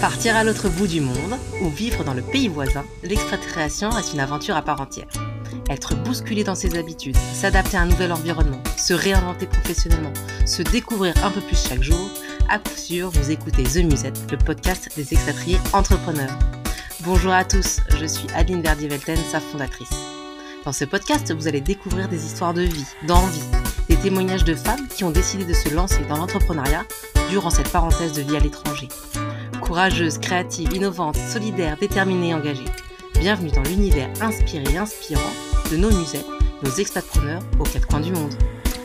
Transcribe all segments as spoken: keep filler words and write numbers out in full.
Partir à l'autre bout du monde ou vivre dans le pays voisin, l'expatriation est une aventure à part entière. Être bousculé dans ses habitudes, s'adapter à un nouvel environnement, se réinventer professionnellement, se découvrir un peu plus chaque jour, à coup sûr, vous écoutez The Musette, le podcast des expatriés entrepreneurs. Bonjour à tous, je suis Adeline Verdier-Velten, sa fondatrice. Dans ce podcast, vous allez découvrir des histoires de vie, d'envie, des témoignages de femmes qui ont décidé de se lancer dans l'entrepreneuriat durant cette parenthèse de vie à l'étranger. Courageuses, créatives, innovantes, solidaires, déterminées et engagées. Bienvenue dans l'univers inspiré et inspirant de nos musettes, nos expatpreneurs aux quatre coins du monde.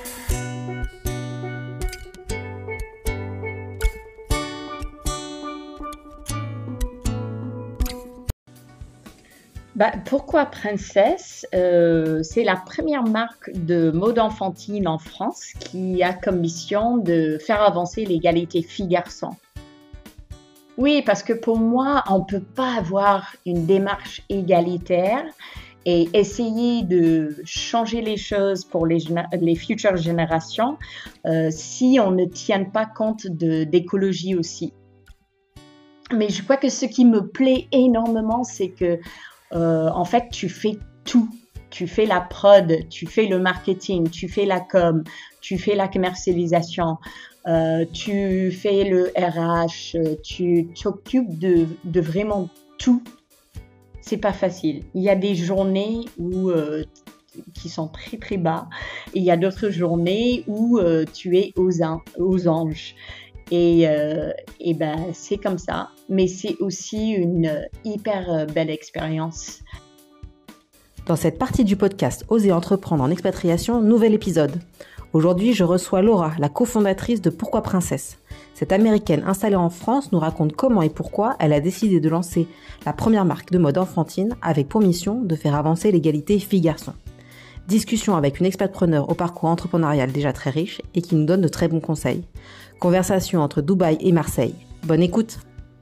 Bah, pourquoi Princesse euh, C'est la première marque de mode enfantine en France qui a comme mission de faire avancer l'égalité filles-garçons. Oui, parce que pour moi, on ne peut pas avoir une démarche égalitaire et essayer de changer les choses pour les, les futures générations euh, si on ne tient pas compte de, d'écologie aussi. Mais je crois que ce qui me plaît énormément, c'est que Euh, en fait, tu fais tout. Tu fais la prod, tu fais le marketing, tu fais la com, tu fais la commercialisation, euh, tu fais le R H, tu t'occupes de, de vraiment tout. C'est pas facile. Il y a des journées où euh, qui sont très très bas, et il y a d'autres journées où euh, tu es aux, an- aux anges. Et, euh, et ben, c'est comme ça, mais c'est aussi une hyper belle expérience. Dans cette partie du podcast Oser entreprendre en expatriation, nouvel épisode. Aujourd'hui, je reçois Laura, la cofondatrice de Pourquoi Princesse. Cette américaine installée en France nous raconte comment et pourquoi elle a décidé de lancer la première marque de mode enfantine avec pour mission de faire avancer l'égalité filles-garçons. Discussion avec une expatpreneur au parcours entrepreneurial déjà très riche et qui nous donne de très bons conseils. Conversation entre Dubaï et Marseille. Bonne écoute.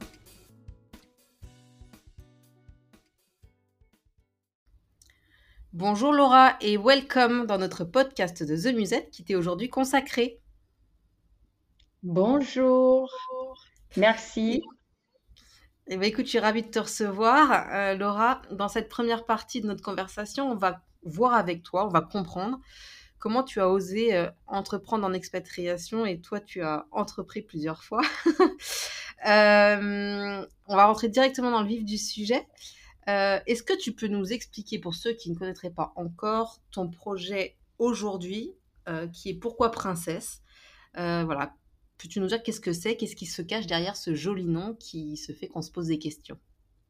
Bonjour Laura et welcome dans notre podcast de The Musette qui t'est aujourd'hui consacré. Bonjour, merci. Eh bien, écoute, je suis ravie de te recevoir. Euh, Laura, dans cette première partie de notre conversation, on va voir avec toi, on va comprendre comment tu as osé euh, entreprendre en expatriation et toi, tu as entrepris plusieurs fois. euh, on va rentrer directement dans le vif du sujet. Euh, est-ce que tu peux nous expliquer, pour ceux qui ne connaîtraient pas encore, ton projet aujourd'hui, euh, qui est Pourquoi Princesse ? euh, Voilà. Peux-tu nous dire qu'est-ce que c'est, qu'est-ce qui se cache derrière ce joli nom qui se fait qu'on se pose des questions ?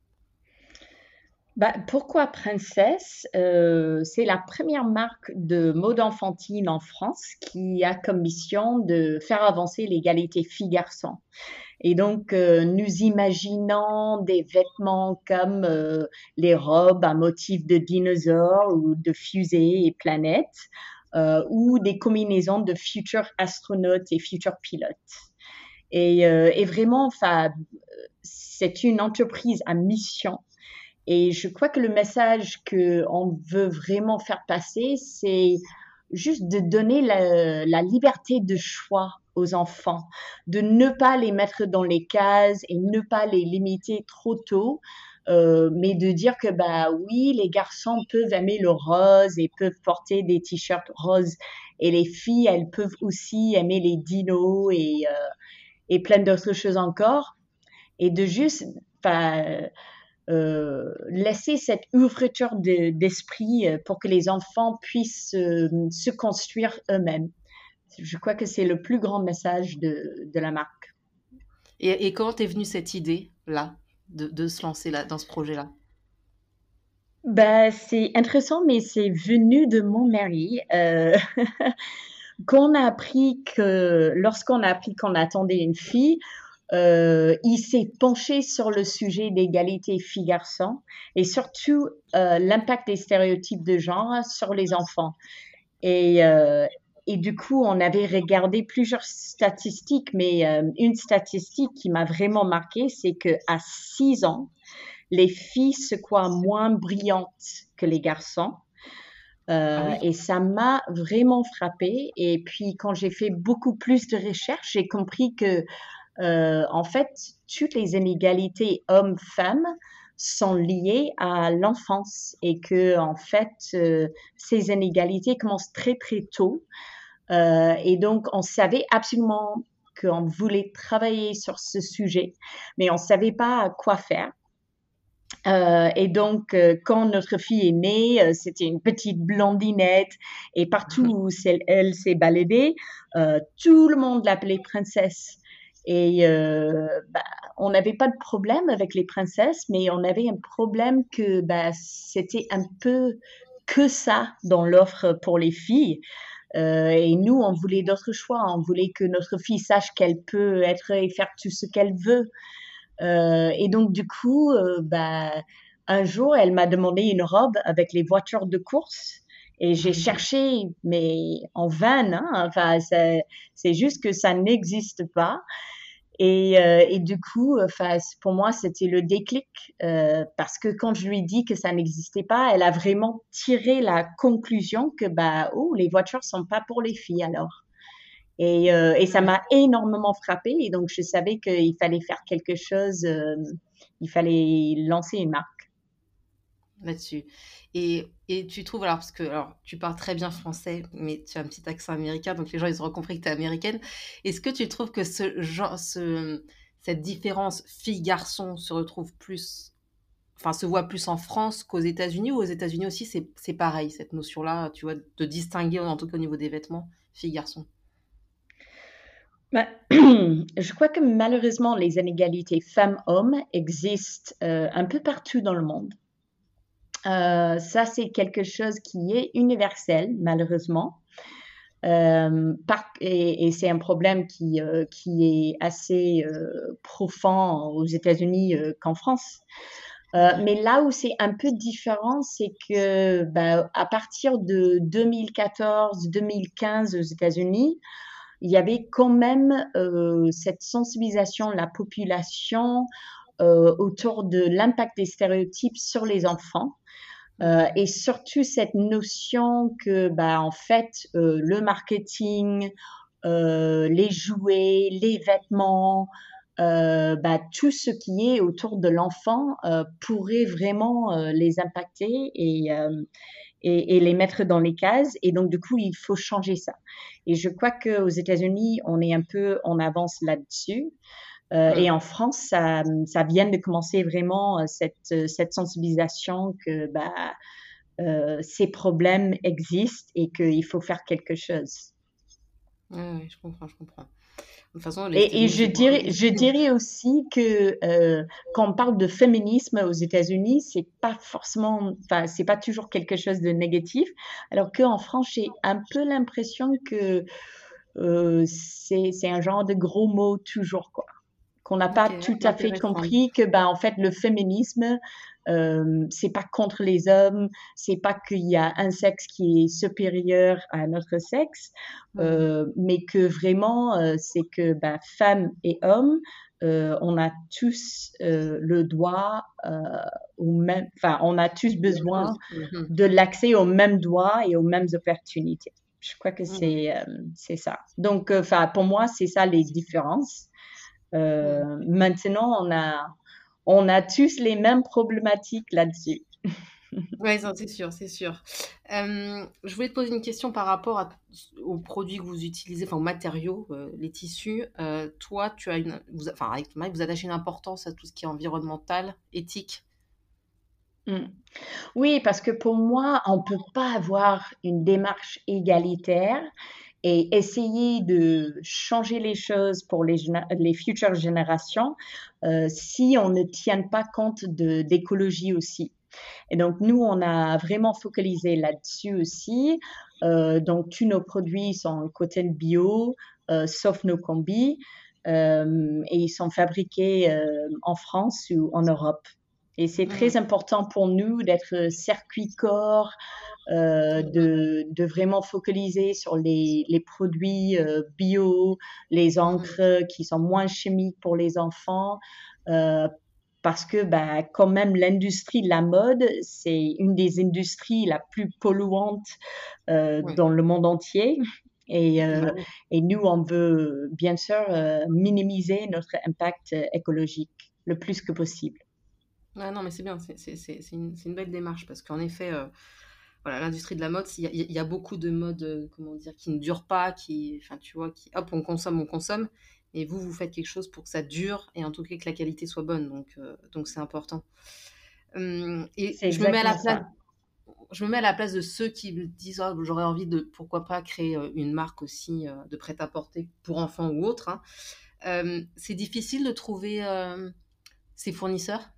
Bah, pourquoi Princesse euh, C'est la première marque de mode enfantine en France qui a comme mission de faire avancer l'égalité filles-garçons. Et donc, euh, nous imaginons des vêtements comme euh, les robes à motif de dinosaures ou de fusées et planètes, euh, ou des combinaisons de futurs astronautes et futurs pilotes. Et, euh, et vraiment, enfin, c'est une entreprise à mission. Et je crois que le message qu'on veut vraiment faire passer, c'est juste de donner la, la liberté de choix aux enfants, de ne pas les mettre dans les cases et ne pas les limiter trop tôt, euh, mais de dire que bah oui, les garçons peuvent aimer le rose et peuvent porter des t-shirts roses, et les filles, elles peuvent aussi aimer les dinos et, euh, et plein d'autres choses encore, et de juste enfin, euh, laisser cette ouverture de, d'esprit pour que les enfants puissent euh, se construire eux-mêmes. Je crois que c'est le plus grand message de, de la marque. Et, et comment t'es venue cette idée-là, de, de se lancer là, dans ce projet-là ? Ben, c'est intéressant, mais c'est venu de mon mari. Euh, qu'on a appris que, lorsqu'on a appris qu'on attendait une fille, Euh, il s'est penché sur le sujet d'égalité filles-garçons et surtout euh, l'impact des stéréotypes de genre sur les enfants. Et, euh, et du coup, on avait regardé plusieurs statistiques, mais euh, une statistique qui m'a vraiment marquée, c'est que à six ans, les filles se croient moins brillantes que les garçons. Euh, Ah oui. et ça m'a vraiment frappée. Et puis, quand j'ai fait beaucoup plus de recherches, j'ai compris que euh, en fait, toutes les inégalités hommes-femmes sont liées à l'enfance et que en fait euh, ces inégalités commencent très très tôt. Euh, et donc on savait absolument qu'on voulait travailler sur ce sujet, mais on savait pas quoi faire. Euh, et donc, euh, quand notre fille est née, euh, c'était une petite blondinette et partout où c'est- elle s'est baladée, euh, tout le monde l'appelait princesse. Et euh, bah, on n'avait pas de problème avec les princesses, mais on avait un problème que bah, c'était un peu que ça dans l'offre pour les filles. Euh, et nous, on voulait d'autres choix. On voulait que notre fille sache qu'elle peut être et faire tout ce qu'elle veut. Euh, et donc, du coup, euh, bah, un jour, elle m'a demandé une robe avec les voitures de course. Et j'ai cherché, mais en vain, hein. Enfin, c'est c'est juste que ça n'existe pas. Et, euh, et du coup, enfin, pour moi, c'était le déclic euh, parce que quand je lui ai dit que ça n'existait pas, elle a vraiment tiré la conclusion que bah, oh, les voitures sont pas pour les filles alors. Et, euh, et ça m'a énormément frappée. Et donc, je savais qu'il fallait faire quelque chose, euh, il fallait lancer une marque. Là-dessus. Et, et tu trouves, alors, parce que alors, tu parles très bien français, mais tu as un petit accent américain, donc les gens, ils auront compris que tu es américaine. Est-ce que tu trouves que ce genre, ce, cette différence fille-garçon se retrouve plus, enfin, se voit plus en France qu'aux États-Unis, ou aux États-Unis aussi, c'est, c'est pareil, cette notion-là, tu vois, de distinguer, en tout cas au niveau des vêtements, fille-garçon? Bah, je crois que malheureusement, les inégalités femmes-hommes existent euh, un peu partout dans le monde. Euh, ça, c'est quelque chose qui est universel, malheureusement. Euh, par- et, et c'est un problème qui, euh, qui est assez euh, profond aux États-Unis euh, qu'en France. Euh, mais là où c'est un peu différent, c'est que bah, à partir de deux mille quatorze, deux mille quinze aux États-Unis, il y avait quand même euh, cette sensibilisation de la population euh, autour de l'impact des stéréotypes sur les enfants. Euh, et surtout cette notion que, bah, en fait, euh, le marketing, euh, les jouets, les vêtements, euh, bah, tout ce qui est autour de l'enfant euh, pourrait vraiment euh, les impacter et, euh, et, et les mettre dans les cases. Et donc, du coup, il faut changer ça. Et je crois qu'aux États-Unis, on est un peu en avance là-dessus. Euh, et Mm. en France, ça, ça vient de commencer vraiment euh, cette, cette sensibilisation que bah, euh, ces problèmes existent et qu'il faut faire quelque chose. Ouais, ouais, je comprends, je comprends. De toute façon, les Et, et États-Unis, je c'est pas dirais, les je États-Unis. dirais aussi que euh, quand on parle de féminisme aux États-Unis, c'est pas forcément, enfin, c'est pas toujours quelque chose de négatif, alors qu'en France, j'ai un peu l'impression que euh, c'est, c'est un genre de gros mot toujours, quoi. Qu'on n'a Ok, pas tout à fait intéressant. compris que ben en fait le féminisme euh, c'est pas contre les hommes, c'est pas qu'il y a un sexe qui est supérieur à un autre sexe, Ouais. euh, mais que vraiment euh, c'est que ben, femmes et hommes euh, on a tous euh, le droit euh, au même, enfin on a tous Même besoin chose. Mhm. de l'accès aux mêmes droits et aux mêmes opportunités. Je crois que Mhm. c'est euh, c'est ça. Donc, enfin, pour moi, c'est ça les différences. Ouais. Euh, maintenant, on a, on a tous les mêmes problématiques là-dessus. Ouais, ça, c'est sûr, c'est sûr. Euh, je voulais te poser une question par rapport à- aux produits que vous utilisez, enfin aux matériaux, euh, les tissus. Euh, toi, tu as une, vous, enfin avec ton mari, vous attachez une importance à tout ce qui est environnemental, éthique. Mm. Oui, parce que pour moi, on ne peut pas avoir une démarche égalitaire et essayer de changer les choses pour les, géné- les futures générations euh, si on ne tient pas compte de, d'écologie aussi. Et donc, nous, on a vraiment focalisé là-dessus aussi. Euh, donc, tous nos produits sont côté bio, euh, sauf nos combis, euh, et ils sont fabriqués euh, en France ou en Europe. Et c'est Mhm. très important pour nous d'être circuit corps, euh, de, de vraiment focaliser sur les, les produits euh, bio, les Mhm. encres qui sont moins chimiques pour les enfants, euh, parce que bah, quand même l'industrie de la mode, c'est une des industries la plus polluantes euh, Ouais. dans le monde entier. Et, euh, Bah oui. et nous, on veut bien sûr euh, minimiser notre impact euh, écologique le plus que possible. Ouais, non, mais c'est bien, c'est c'est- c'est- c'est une, c'est une belle démarche parce qu'en effet, euh, voilà, l'industrie de la mode, il y a, il y a beaucoup de modes, euh, comment dire, qui ne durent pas, qui, enfin, tu vois, qui, hop, on consomme, on consomme, et vous, vous faites quelque chose pour que ça dure et en tout cas que la qualité soit bonne, donc euh, donc c'est important. Hum, et C'est je me mets à la exactement place, ça. je me mets à la place de ceux qui me disent, ah, j'aurais envie de, pourquoi pas, créer euh, une marque aussi euh, de prêt-à-porter pour enfants ou autres, hein. Euh, c'est difficile de trouver euh, ses fournisseurs,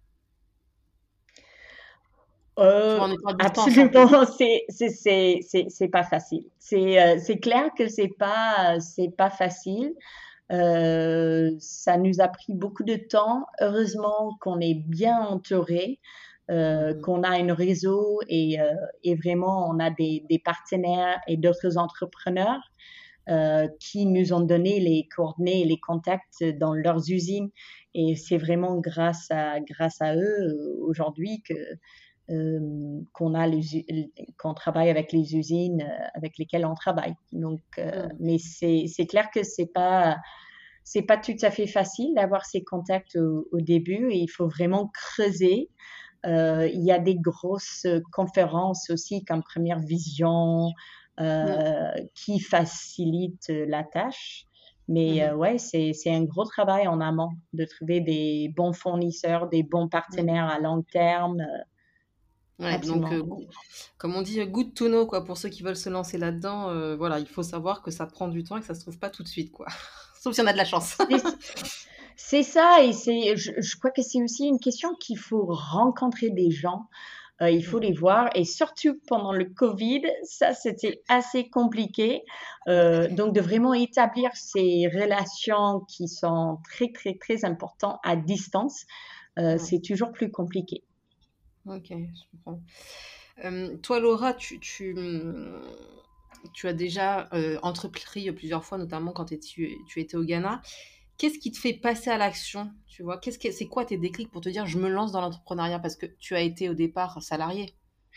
tu Euh, vois, en étant à distance en plus. Absolument, c'est c'est c'est c'est c'est pas facile. C'est euh, c'est clair que c'est pas c'est pas facile. Euh, ça nous a pris beaucoup de temps. Heureusement qu'on est bien entouré, euh, Mhm. qu'on a un réseau et, euh, et vraiment on a des, des partenaires et d'autres entrepreneurs euh, qui nous ont donné les coordonnées et les contacts dans leurs usines. Et c'est vraiment grâce à, grâce à eux euh, aujourd'hui que, euh, qu'on a les, qu'on travaille avec les usines euh, avec lesquelles on travaille. Donc, euh, Mhm. mais c'est, c'est clair que c'est pas, c'est pas tout à fait facile d'avoir ces contacts au, au début et il faut vraiment creuser. Euh, il y a des grosses conférences aussi comme Première Vision Mhm. euh, qui facilitent la tâche. Mais euh, Mhm. ouais, c'est, c'est un gros travail en amont de trouver des bons fournisseurs, des bons Mhm. partenaires à long terme. Euh, Ouais, donc, absolument. euh, go- comme on dit, euh, good to know, quoi, pour ceux qui veulent se lancer là-dedans, euh, voilà, il faut savoir que ça prend du temps et que ça se trouve pas tout de suite, quoi. Sauf si on a de la chance. C'est, c'est ça et c'est, je, je crois que c'est aussi une question qu'il faut rencontrer des gens. Euh, il faut Mhm. les voir et surtout pendant le Covid, ça c'était assez compliqué. Ouais. Euh, donc de vraiment établir ces relations qui sont très très très importantes à distance, euh, Ouais. c'est toujours plus compliqué. Ok, je comprends. Euh, toi, Laura, tu, tu, hum, tu as déjà euh, entrepris plusieurs fois, notamment quand t'es- tu, tu étais au Ghana. Qu'est-ce qui te fait passer à l'action, tu vois? Qu'est-ce que, c'est quoi tes déclics pour te dire, je me lance dans l'entrepreneuriat? Parce que tu as été au départ salarié.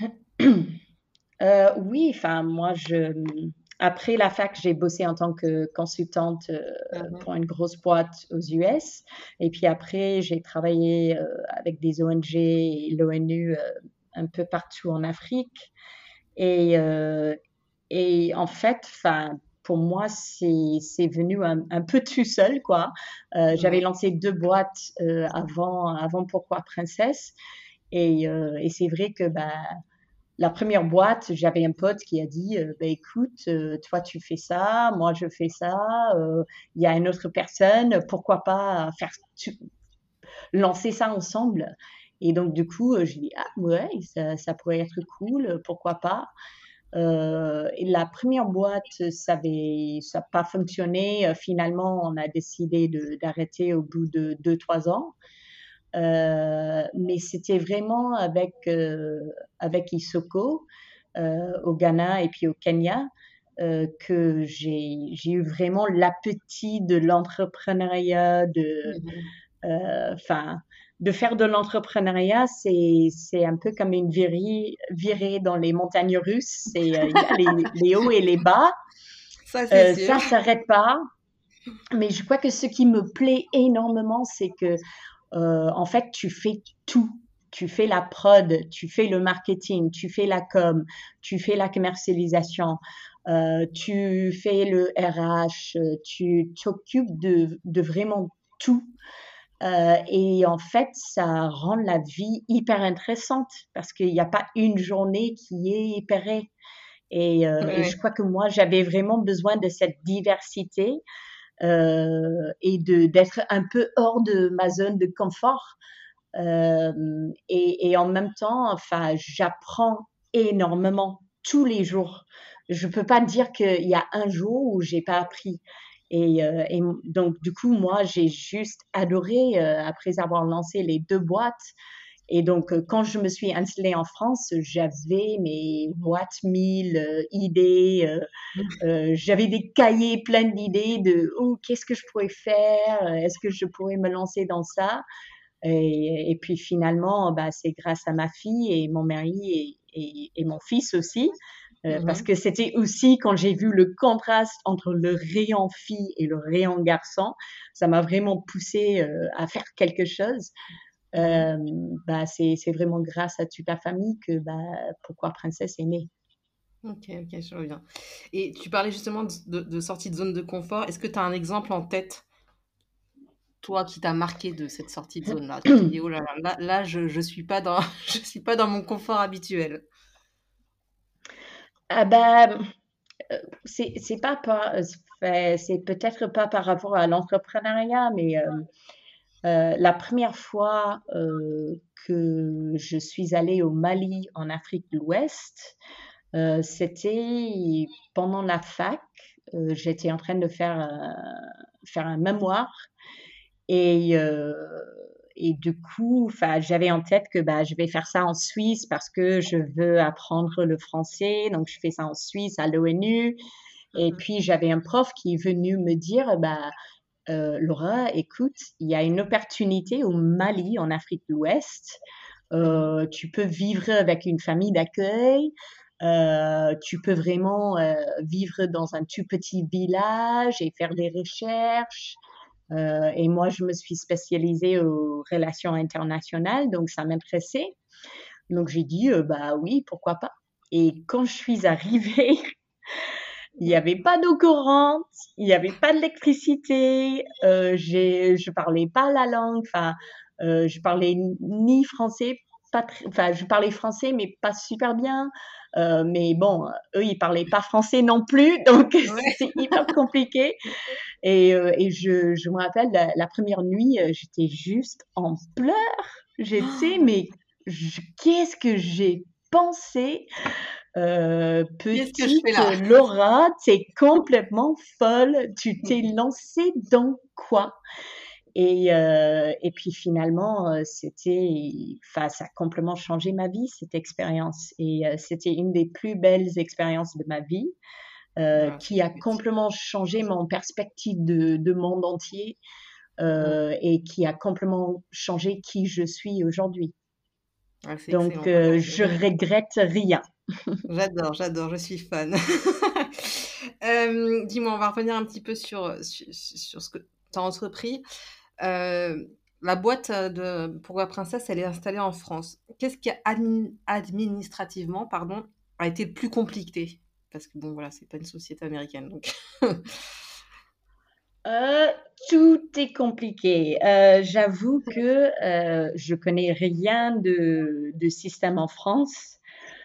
Euh, oui, enfin moi je après la fac j'ai bossé en tant que consultante euh, Mhm. pour une grosse boîte aux U S et puis après j'ai travaillé euh, avec des O N G et l'O N U euh, un peu partout en Afrique et euh, et en fait, enfin, pour moi, c'est c'est venu un, un peu tout seul, quoi. Euh, j'avais Ouais. lancé deux boîtes euh, avant, avant Pourquoi Princesse. Et, euh, et c'est vrai que bah, la première boîte, j'avais un pote qui a dit, euh, bah, écoute, euh, toi tu fais ça, moi je fais ça, euh, il y a une autre personne, pourquoi pas faire tu- lancer ça ensemble? Et donc du coup, euh, j'ai dit, ah ouais, ça, ça pourrait être cool, pourquoi pas? Euh, et la première boîte, ça avait, ça n'a pas fonctionné. Euh, Finalement, on a décidé de- d'arrêter au bout de deux, trois ans. Euh, mais c'était vraiment avec, euh, avec Isoko euh, au Ghana et puis au Kenya euh, que j'ai, j'ai eu vraiment l'appétit de l'entrepreneuriat, de, Mhm. euh, enfin, de faire de l'entrepreneuriat, c'est, c'est un peu comme une virée, virée dans les montagnes russes. C'est, euh, il y a les, les hauts et les bas. Ça, c'est Euh, sûr. ça s'arrête pas. Mais je crois que ce qui me plaît énormément, c'est que, euh, en fait, tu fais tout. Tu fais la prod, tu fais le marketing, tu fais la com, tu fais la commercialisation, euh, tu fais le R H, euh, tu t'occupes de, de vraiment tout. Euh, et en fait, ça rend la vie hyper intéressante parce qu'il n'y a pas une journée qui est épurée. Et, euh, et je Ouais. crois que moi, j'avais vraiment besoin de cette diversité euh, et de d'être un peu hors de ma zone de confort. Euh, et, et en même temps, enfin, j'apprends énormément tous les jours. Je peux pas dire qu'il y a un jour où j'ai pas appris. Et, euh, et donc, du coup, moi, j'ai juste adoré, euh, après avoir lancé les deux boîtes, et donc, euh, quand je me suis installée en France, j'avais mes boîtes mille euh, idées, euh, euh, j'avais des cahiers pleins d'idées de oh, qu'est-ce que je pourrais faire, est-ce que je pourrais me lancer dans ça? Et, et puis finalement, bah, c'est grâce à ma fille et mon mari et, et, et mon fils aussi Euh, parce Mhm. que c'était aussi quand j'ai vu le contraste entre le rayon fille et le rayon garçon, ça m'a vraiment poussé euh, à faire quelque chose. Mhm. Euh, bah, c'est, c'est vraiment grâce à toute la famille que bah, Pourquoi Princesse est née. Ok, ok, je reviens. Et tu parlais justement de, de- de sortie de zone de confort. Est-ce que tu as un exemple en tête, toi, qui t'a marqué de cette sortie de zone-là? Tu t'es dit, oh là là, là, là, je, je suis pas dans, je suis pas dans mon confort habituel. Ah bah, euh, c'est c'est pas par- euh, fait- c'est peut-être pas par rapport à l'entrepreneuriat, mais euh, euh, la première fois euh, que je suis allée au Mali, en Afrique de l'Ouest, euh, c'était pendant la fac. Euh, j'étais en train de faire, euh, faire un mémoire et, euh, et du coup, enfin, j'avais en tête que bah, je vais faire ça en Suisse parce que je veux apprendre le français. Donc, je fais ça en Suisse à l'O N U. Et Mhm. puis, j'avais un prof qui est venu me dire, bah, euh, Laura, écoute, il y a une opportunité au Mali, en Afrique de l'Ouest. Mhm. Euh, tu peux vivre avec une famille d'accueil. Euh, tu peux vraiment euh, vivre dans un tout petit village et faire des recherches. Euh, et moi, je me suis spécialisée aux relations internationales, donc ça m'intéressait. Donc j'ai dit, euh, bah oui, pourquoi pas. Et quand je suis arrivée, il n'y avait pas d'eau courante, il n'y avait pas d'électricité, euh, j'ai, je parlais pas la langue, enfin, euh, je parlais ni français, pas tr- enfin, je parlais français, mais pas super bien. Euh, mais bon, eux, ils parlaient pas français non plus, donc Ouais. c'était hyper compliqué. Et, euh, et je, je me rappelle, la, la première nuit, euh, j'étais juste en pleurs. J'étais, mais je- qu'est-ce que j'ai pensé? Euh, Qu'est-ce que je fais petite là? Laura, t'es complètement folle. Tu t'es lancée dans quoi? Et, euh, et puis finalement, euh, c'était, enfin, ça a complètement changé ma vie, cette expérience. Et euh, c'était une des plus belles expériences de ma vie, euh, Voilà, c'est qui a chouette. complètement changé mon perspective de, de monde entier, Mm. euh, et qui a complètement changé qui je suis aujourd'hui. Ouais, c'est Donc, excellent. euh, Franchement, je je- regrette rien. j'adore, j'adore, je suis fan. Euh, dis-moi, on va revenir un petit peu sur, sur, sur ce que tu as entrepris. Euh, la boîte de Pourquoi Princesse, elle est installée en France. Qu'est-ce qui a admin- administrativement, pardon, a été le plus compliqué? Parce que bon, voilà, c'est pas une société américaine, donc. Euh, Tout est compliqué. Euh, j'avoue que euh, je connais rien de, de système en France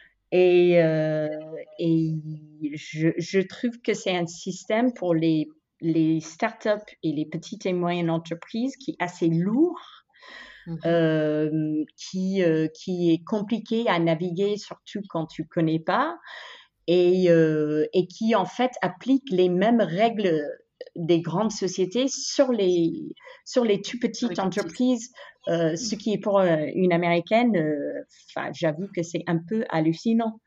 et, euh, et je, je trouve que c'est un système pour les, les startups et les petites et moyennes entreprises qui est assez lourd, Mhm. euh, qui, euh, qui est compliqué à naviguer, surtout quand tu connais pas, et, euh, et qui en fait applique les mêmes règles des grandes sociétés sur les, sur les tout Sur les petites plus petites. entreprises, euh, ce qui est pour euh, une américaine, euh, enfin, j'avoue que c'est un peu hallucinant.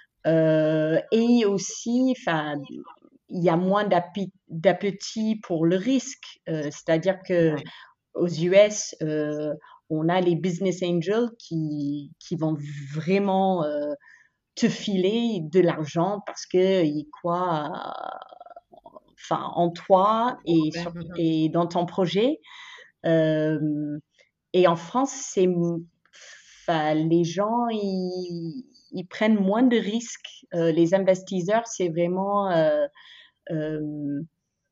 Euh, et aussi, enfin, il y a moins d'appé- d'appétit pour le risque, euh, c'est-à-dire que Ouais. aux U S, euh, on a les business angels qui, qui vont vraiment euh, te filer de l'argent parce qu'ils croient enfin, en toi et, sur, Mhm. et dans ton projet. Euh, et en France, c'est, enfin, les gens, ils, ils prennent moins de risques. Euh, les investisseurs, c'est vraiment, euh, euh,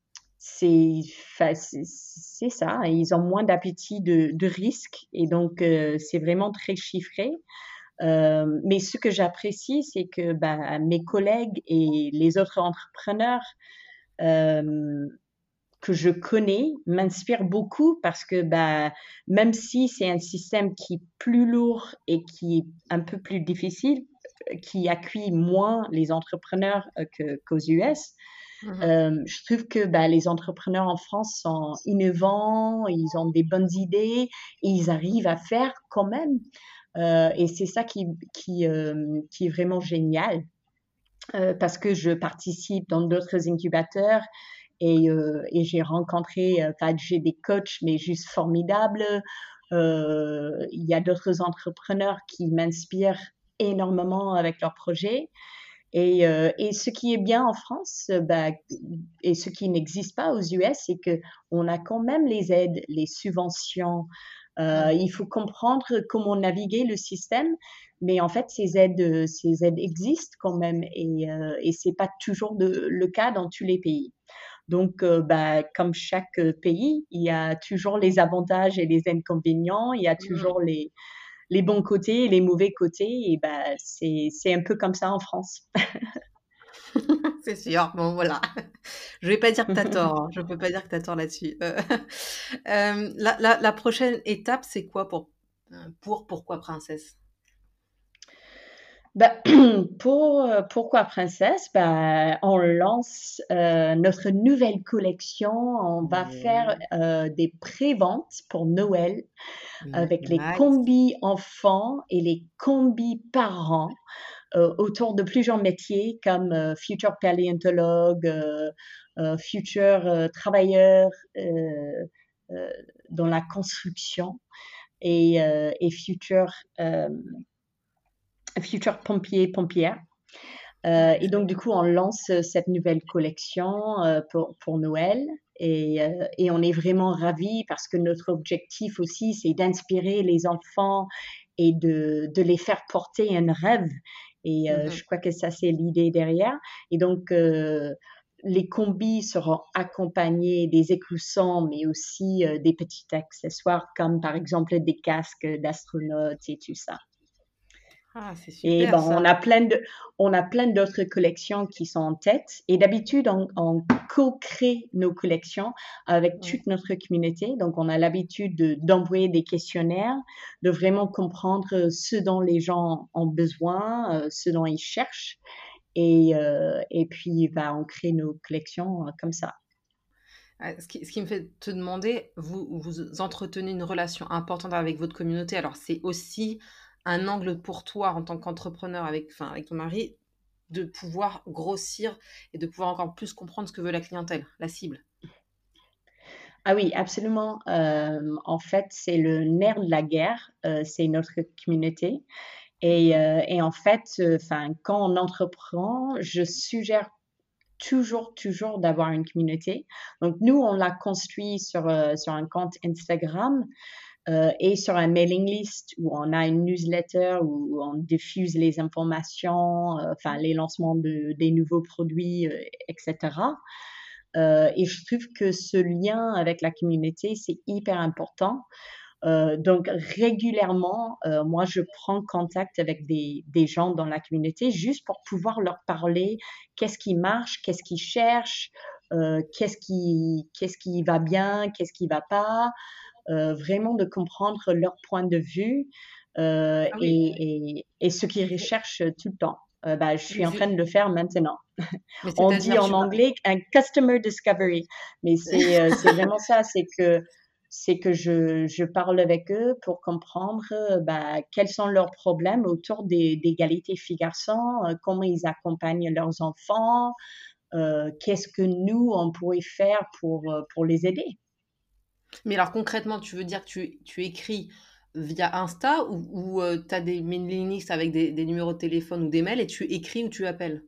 c'est, enfin, c'est c'est ça, ils ont moins d'appétit de, de risque et donc euh, c'est vraiment très chiffré. Euh, mais ce que j'apprécie, c'est que bah, mes collègues et les autres entrepreneurs euh, que je connais m'inspirent beaucoup parce que bah, même si c'est un système qui est plus lourd et qui est un peu plus difficile, qui accueille moins les entrepreneurs euh, que, qu'aux U S, Mhm. euh, je trouve que bah, les entrepreneurs en France sont innovants, ils ont des bonnes idées et ils arrivent à faire quand même. Euh, et c'est ça qui, qui, euh, qui est vraiment génial euh, parce que je participe dans d'autres incubateurs et, euh, et j'ai rencontré, euh, enfin, j'ai des coachs, mais juste formidables. Euh, il y a d'autres entrepreneurs qui m'inspirent énormément avec leurs projets. Et, euh, et ce qui est bien en France, euh, bah, et ce qui n'existe pas aux U S, c'est que on a quand même les aides, les subventions. Euh, Mhm. il faut comprendre comment naviguer le système, mais en fait, ces aides, euh, ces aides existent quand même, et, euh, et c'est pas toujours de- le cas dans tous les pays. Donc, euh, bah, comme chaque pays, il y a toujours les avantages et les inconvénients, il y a Mhm. toujours les, les bons côtés et les mauvais côtés, et bah, c'est, c'est un peu comme ça en France. C'est sûr. Bon, voilà. Je vais pas dire que tu as tort, hein. Je peux pas dire que tu as tort là-dessus. Heu, hem, la la la prochaine étape, c'est quoi pour, heu, pour Pourquoi Princesse? Bah, pour euh, Pourquoi Princesse, bah, on lance euh, notre nouvelle collection. On va faire Ouais. euh, des préventes pour Noël N avec les nice. combis enfants et les combis parents euh, autour de plusieurs métiers comme euh, futur paléontologue, euh, euh, futur euh, travailleur euh, euh, dans la construction et, euh, et futur, euh, futur pompier, pompière. Euh, Ouais, et je donc, du coup, on lance euh, cette nouvelle collection euh, pour, pour Noël. Et, euh, et on est vraiment ravis parce que notre objectif aussi, c'est d'inspirer les enfants et de, de les faire porter un rêve. Et euh, mmh je crois que ça, c'est l'idée derrière. Et donc, euh, les combis seront accompagnés des écoussons, mais aussi euh, des petits accessoires comme par exemple des casques d'astronautes et tout ça. Ah, c'est Et super bon, on ça. a plein de, on a plein d'autres collections qui sont en tête. Et d'habitude, on, on co-crée nos collections avec Ouais. toute notre communauté. Donc, on a l'habitude de- d'envoyer des questionnaires, de vraiment comprendre ce dont les gens ont besoin, euh, ce dont ils cherchent. Et, euh, et puis, bah, on crée nos collections euh, comme ça. Ah, ce qui ce qui me fait te demander, vous vous entretenez une relation importante avec votre communauté, alors c'est aussi un angle pour toi en tant qu'entrepreneur avec enfin, avec ton mari, de pouvoir grossir et de pouvoir encore plus comprendre ce que veut la clientèle, la cible? Ah oui, absolument. Euh, en fait, c'est le nerf de la guerre, euh, c'est notre communauté. Et, Mmh. euh, et en fait, euh, enfin, quand on entreprend, je suggère toujours, toujours d'avoir une communauté. Donc, nous, on l'a construit sur, euh, sur un compte Instagram euh, et sur un mailing list où on a une newsletter où on diffuse les informations, euh, enfin, les lancements de, des nouveaux produits, euh, et cetera. Euh, et je trouve que ce lien avec la communauté, c'est hyper important. Euh, donc régulièrement, euh, moi, je prends contact avec des, des gens dans la communauté juste pour pouvoir leur parler qu'est-ce qui marche, qu'est-ce qu'ils cherchent, euh, qu'est-ce qui, qu'est-ce qui va bien, qu'est-ce qui va pas, euh, vraiment de comprendre leur point de vue euh, Ah oui, et, et, et ce qu'ils mais recherchent tout le temps. Euh, bah, je suis mais en train c'est de le faire maintenant. mais On dit c'est-à-dire en tu vas anglais un customer discovery, mais c'est euh, c'est vraiment ça, c'est que c'est que je, je parle avec eux pour comprendre euh, bah, quels sont leurs problèmes autour des d'égalité filles-garçons, euh, comment ils accompagnent leurs enfants, euh, qu'est-ce que nous, on pourrait faire pour, euh, pour les aider. mais alors concrètement, tu veux dire que tu tu écris via Insta ou ou, heu, tu as des mailing lists avec des des numéros de téléphone ou des mails et tu écris ou tu appelles?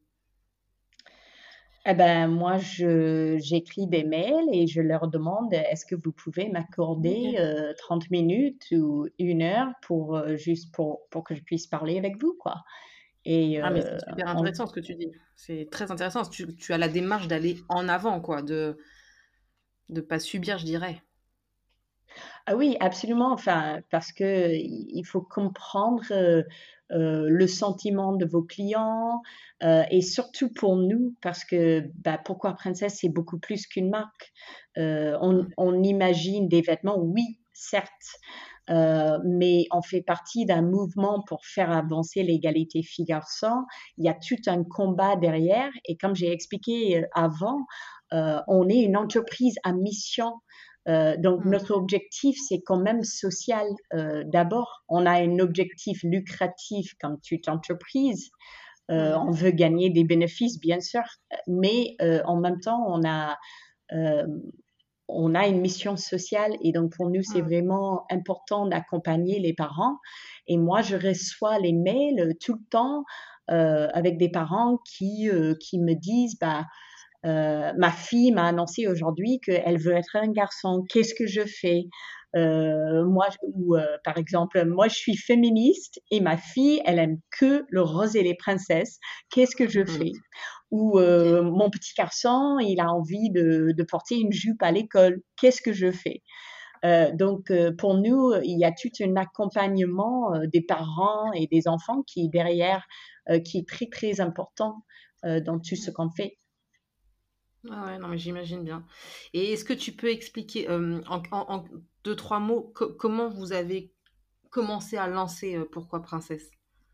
Eh ben, moi, je, j'écris des mails et je leur demande, est-ce que vous pouvez m'accorder OK. euh, trente minutes ou une heure pour, euh, juste pour, pour que je puisse parler avec vous, quoi. Et Ah mais euh, c'est super on- intéressant ce que tu dis. C'est très intéressant. Tu tu as la démarche d'aller en avant quoi, de de pas subir, je dirais. Ah oui, absolument. Enfin, parce que il faut comprendre euh, euh, le sentiment de vos clients euh, et surtout pour nous, parce que bah, Pourquoi Princesse, c'est beaucoup plus qu'une marque. Euh, on, Mmh. on imagine des vêtements, oui, certes, euh, mais on fait partie d'un mouvement pour faire avancer l'égalité filles-garçons. Il y a tout un combat derrière et comme j'ai expliqué euh, avant, euh, on est une entreprise à mission. Euh, donc Mmh. notre objectif, c'est quand même social. Euh, d'abord, on a un objectif lucratif comme toute entreprise. Euh, Mmh. on veut gagner des bénéfices, bien sûr, mais euh, en même temps, on a euh, on a une mission sociale et donc pour nous, c'est Mmh. vraiment important d'accompagner les parents. Et moi, je reçois les mails tout le temps euh, avec des parents qui, euh, qui me disent, bah, euh, ma fille m'a annoncé aujourd'hui qu'elle veut être un garçon. Qu'est-ce que je fais? Euh, moi, ou euh, par exemple, moi, je suis féministe et ma fille, elle aime que le rose et les princesses. Qu'est-ce que je Mm. fais? Ou Ok. euh, mon petit garçon, il a envie de, de porter une jupe à l'école. Qu'est-ce que je fais? Euh, donc, euh, pour nous, il y a tout un accompagnement euh, des parents et des enfants qui est derrière, euh, qui est très, très important euh, dans tout ce qu'on fait. Ah ouais, non, mais j'imagine bien. Et est-ce que tu peux expliquer euh, en, en- en deux, trois mots co- comment vous avez commencé à lancer euh, Pourquoi Princesse?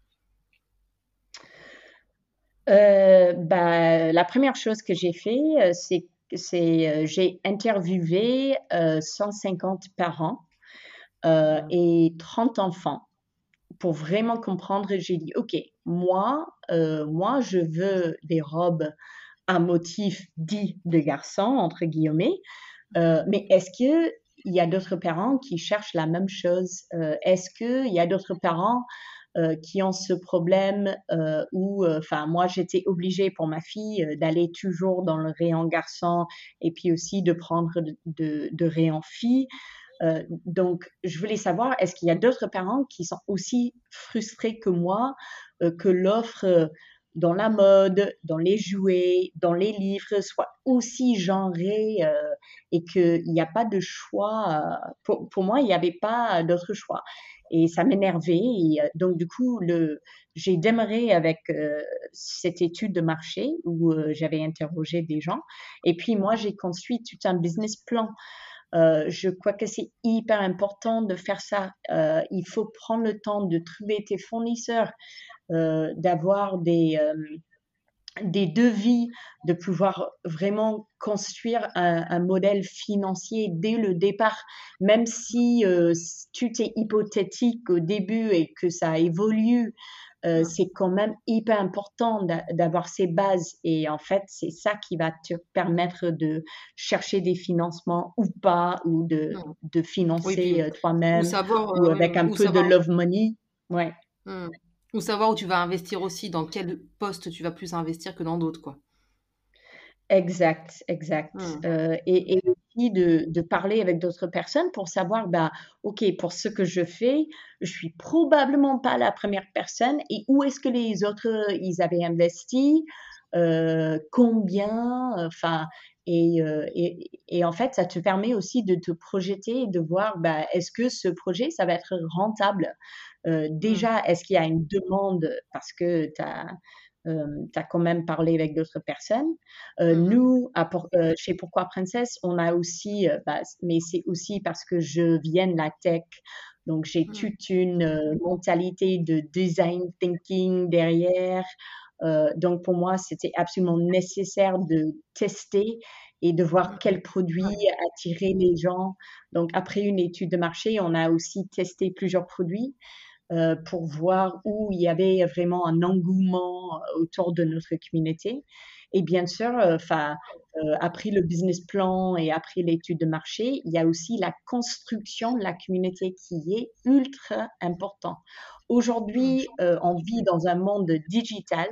Euh, bah, la première chose que j'ai fait, euh, c'est c'est euh, j'ai interviewé euh, cent cinquante parents euh, Mm. et trente enfants pour vraiment comprendre. J'ai dit, OK, moi, euh, moi, je veux des robes à motif dit de garçon, entre guillemets, euh, mais est-ce que il y a d'autres parents qui cherchent la même chose? Euh, est-ce qu'il y a d'autres parents euh, qui ont ce problème euh, où, euh, enfin, moi, j'étais obligée pour ma fille euh, d'aller toujours dans le rayon garçon et puis aussi de prendre de, de, de rayon fille. Euh, donc, je voulais savoir, est-ce qu'il y a d'autres parents qui sont aussi frustrés que moi, euh, que l'offre euh, dans la mode, dans les jouets, dans les livres soit aussi genrée euh, et qu'il n'y a pas de choix. euh, pour, pour moi, il n'y avait pas d'autre choix. Et ça m'énervait. Et euh, donc, du coup, le, j'ai démarré avec euh, cette étude de marché où euh, j'avais interrogé des gens. Et puis, moi, j'ai construit tout un business plan. Euh, je crois que c'est hyper important de faire ça. Euh, il faut prendre le temps de trouver tes fournisseurs, euh, d'avoir des, euh, des devis, de pouvoir vraiment construire un, un modèle financier dès le départ, même si euh, tout est hypothétique au début et que ça évolue. Euh, Mm. c'est quand même hyper important d'a- d'avoir ces bases et en fait c'est ça qui va te permettre de chercher des financements ou pas ou de, Mm. de Oui, financer puis euh, ou toi-même savoir, ou avec euh, un ou peu de savoir, love money. Ouais. mm. Ou savoir où tu vas investir aussi, dans quel poste tu vas plus investir que dans d'autres, quoi. Exact, exact. Mm. Euh, et, et aussi de, de parler avec d'autres personnes pour savoir, bah, OK, pour ce que je fais, je suis probablement pas la première personne. Et où est-ce que les autres, euh, ils avaient investi? Euh, combien? Enfin, et, euh, et, et en fait, ça te permet aussi de te projeter et de voir, bah, est-ce que ce projet, ça va être rentable? Euh, Mm. déjà, est-ce qu'il y a une demande parce que tu as euh, tu as quand même parlé avec d'autres personnes. Euh, Mhm. nous, à Pour- euh, chez Pourquoi Princesse, on a aussi, euh, bah, mais c'est aussi parce que je viens de la tech, donc j'ai Mm. toute une euh, mentalité de design thinking derrière. Euh, donc pour moi, c'était absolument nécessaire de tester et de voir Mm. quels produits attirer les gens. Donc après une étude de marché, on a aussi testé plusieurs produits euh, pour voir où il y avait vraiment un engouement euh, autour de notre communauté. Et bien sûr, enfin, euh, euh, après le business plan et après l'étude de marché, il y a aussi la construction de la communauté qui est ultra important. Mm. Aujourd'hui, euh, on vit dans un monde digital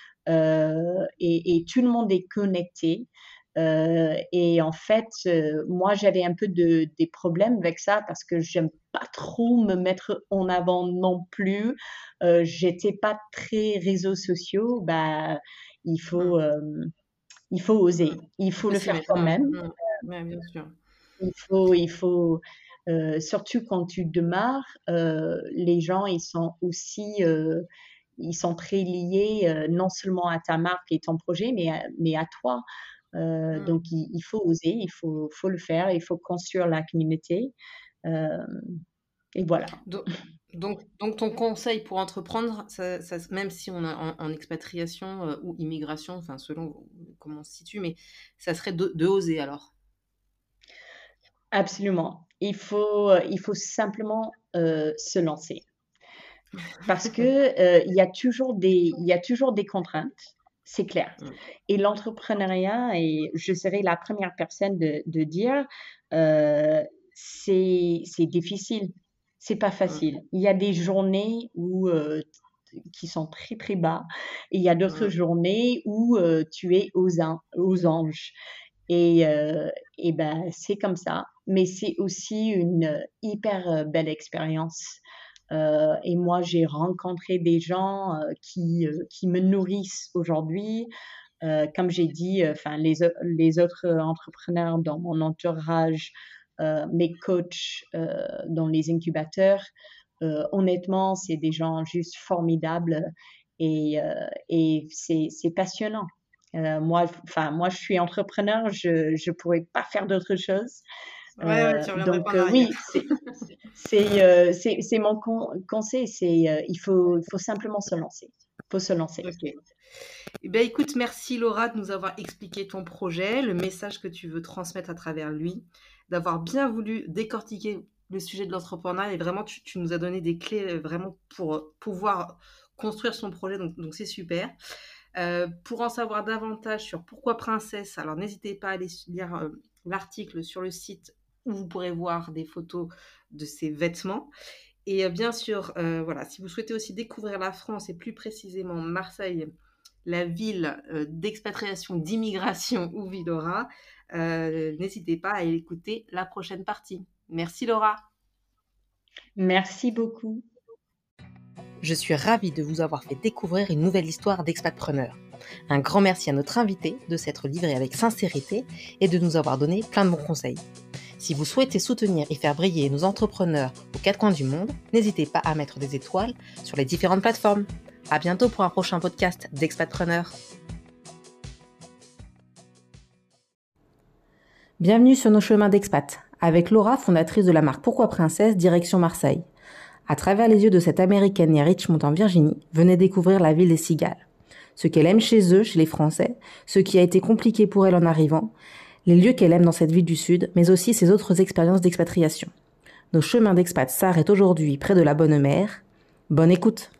euh, et, et tout le monde est connecté. Euh, et en fait, euh, moi, j'avais un peu de, des problèmes avec ça parce que j'aime pas trop me mettre en avant non plus. Euh, j'étais pas très réseaux sociaux. Bah, il Mm. faut, euh, il faut Mm. oser. Il Il faut faut le s'y faire mettre. quand Mm. même. Mm. Ouais, bien sûr. Il faut, il faut, euh, surtout quand tu démarres, euh, les gens, ils sont aussi, euh, ils sont très liés, euh, non seulement à ta marque et ton projet, mais à, mais à toi. Euh, Mm. donc, il, il faut oser, il faut, faut le faire, il faut construire la communauté. Euh, et voilà. Donc, donc, donc ton conseil pour entreprendre, ça, ça- même si on est en, en expatriation euh, ou immigration, enfin selon comment on se situe, mais ça serait de, de oser alors. Absolument. Il faut, euh, il faut simplement euh, se lancer. Parce que euh, il y a toujours des, il y a toujours des contraintes, c'est clair. Mm. Et l'entrepreneuriat, et je serai la première personne de, de dire, euh, c'est, c'est difficile, c'est pas Mm. facile. Il y a des journées où euh, qui sont très très bas. Et il y a d'autres Mm. journées où euh, tu es aux, an- aux anges. Et, euh, et ben c'est comme ça. Mais c'est aussi une euh, hyper euh, belle expérience. Euh, et moi, j'ai rencontré des gens euh, qui, euh, qui me nourrissent aujourd'hui. Euh, comme j'ai dit, euh, enfin les, au- les autres entrepreneurs dans mon entourage, euh, mes coachs euh, dans les incubateurs, euh, honnêtement, c'est des gens juste formidables et, euh, et c'est, c'est passionnant. Euh, moi, enfin, moi, je suis entrepreneur, je ne pourrais pas faire d'autre chose. Ouais, ouais, Euh, tu reviendrais pas donc en euh, arrière. oui, c'est c'est euh, c'est c'est mon con- conseil, c'est euh, il faut il faut simplement se lancer. Il faut se lancer. Ok. Eh ben, écoute, merci Laura de nous avoir expliqué ton projet, le message que tu veux transmettre à travers lui, d'avoir bien voulu décortiquer le sujet de l'entrepreneuriat et vraiment tu, tu nous as donné des clés euh, vraiment pour euh, pouvoir construire son projet, donc donc c'est super. Euh, pour en savoir davantage sur Pourquoi Princesse, alors n'hésitez pas à aller lire euh, l'article sur le site où vous pourrez voir des photos de ses vêtements. Et euh, bien sûr, euh, voilà, si vous souhaitez aussi découvrir la France et plus précisément Marseille, la ville euh, d'expatriation, d'immigration où vit Laura, euh, n'hésitez pas à écouter la prochaine partie. Merci Laura. Merci beaucoup. Je suis ravie de vous avoir fait découvrir une nouvelle histoire d'expatpreneur. Un grand merci à notre invité de s'être livré avec sincérité et de nous avoir donné plein de bons conseils. Si vous souhaitez soutenir et faire briller nos entrepreneurs aux quatre coins du monde, n'hésitez pas à mettre des étoiles sur les différentes plateformes. À bientôt pour un prochain podcast d'Expatpreneur. Bienvenue sur nos chemins d'expat, avec Laura, fondatrice de la marque Pourquoi Princesse, direction Marseille. À travers les yeux de cette américaine née à Richmond en Virginie, venez découvrir la ville des cigales. Ce qu'elle aime chez eux, chez les Français, ce qui a été compliqué pour elle en arrivant, les lieux qu'elle aime dans cette ville du Sud, mais aussi ses autres expériences d'expatriation. Nos chemins d'expat s'arrêtent aujourd'hui près de la Bonne Mère. Bonne écoute!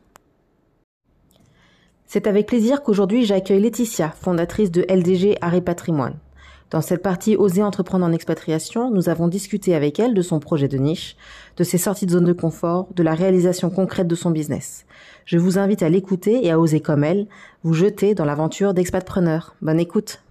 C'est avec plaisir qu'aujourd'hui j'accueille Laetitia, fondatrice de L D G Arrêt Patrimoine. Dans cette partie Oser entreprendre en expatriation, nous avons discuté avec elle de son projet de niche, de ses sorties de zone de confort, de la réalisation concrète de son business. Je vous invite à l'écouter et à oser comme elle, vous jeter dans l'aventure d'expatpreneur. Bonne écoute!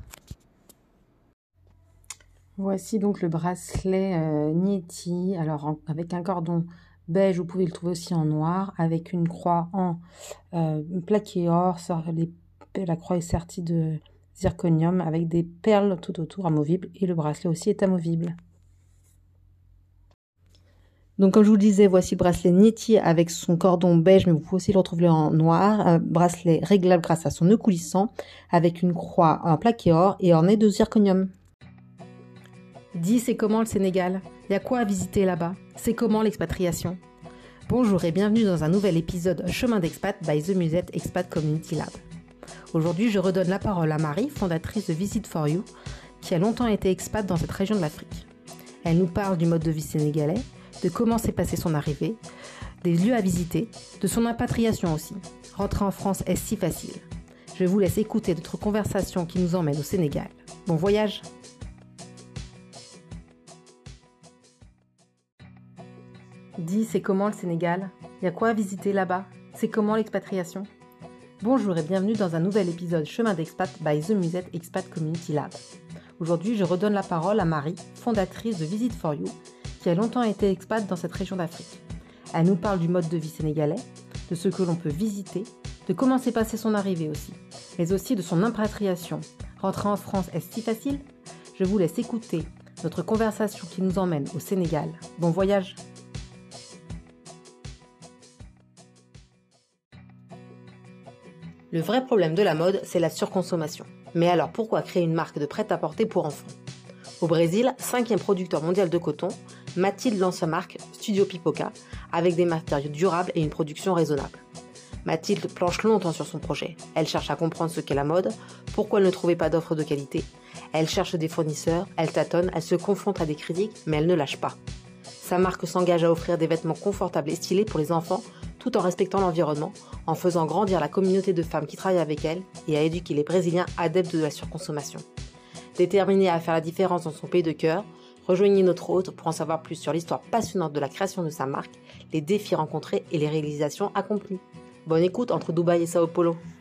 Voici donc le bracelet euh, Nieti, alors en- avec un cordon beige, vous pouvez le trouver aussi en noir, avec une croix en euh, plaqué or, sur les- la croix est sertie de zirconium avec des perles tout autour amovibles et le bracelet aussi est amovible. Donc comme je vous le disais, voici le bracelet Nieti avec son cordon beige, mais vous pouvez aussi le retrouver en noir, un bracelet réglable grâce à son nœud coulissant, avec une croix en plaqué or et orné de zirconium. Dis, c'est comment le Sénégal? Il y a quoi à visiter là-bas? C'est comment l'expatriation? Bonjour et bienvenue dans un nouvel épisode Chemin d'expat by The Musette Expat Community Lab. Aujourd'hui, je redonne la parole à Marie, fondatrice de Visit for You, qui a longtemps été expat dans cette région de l'Afrique. Elle nous parle du mode de vie sénégalais, de comment s'est passée son arrivée, des lieux à visiter, de son impatriation aussi. Rentrer en France est si facile. Je vous laisse écouter notre conversation qui nous emmène au Sénégal. Bon voyage! Dis, c'est comment le Sénégal? Il y a quoi à visiter là-bas? C'est comment l'expatriation? Bonjour et bienvenue dans un nouvel épisode Chemin d'expat by The Musette Expat Community Lab. Aujourd'hui, je redonne la parole à Marie, fondatrice de Visit for You, qui a longtemps été expat dans cette région d'Afrique. Elle nous parle du mode de vie sénégalais, de ce que l'on peut visiter, de comment s'est passée son arrivée aussi, mais aussi de son impatriation. Rentrer en France est si facile? Je vous laisse écouter notre conversation qui nous emmène au Sénégal. Bon voyage! Le vrai problème de la mode, c'est la surconsommation. Mais alors pourquoi créer une marque de prêt-à-porter pour enfants? Au Brésil, cinquième producteur mondial de coton, Mathilde lance sa marque Studio Pipoca avec des matériaux durables et une production raisonnable. Mathilde planche longtemps sur son projet. Elle cherche à comprendre ce qu'est la mode, pourquoi elle ne trouvait pas d'offres de qualité. Elle cherche des fournisseurs, elle tâtonne, elle se confronte à des critiques, mais elle ne lâche pas. Sa marque s'engage à offrir des vêtements confortables et stylés pour les enfants, tout en respectant l'environnement, en faisant grandir la communauté de femmes qui travaillent avec elle et à éduquer les Brésiliens adeptes de la surconsommation. Déterminée à faire la différence dans son pays de cœur, rejoignez notre hôte pour en savoir plus sur l'histoire passionnante de la création de sa marque, les défis rencontrés et les réalisations accomplies. Bonne écoute entre Dubaï et Sao Paulo.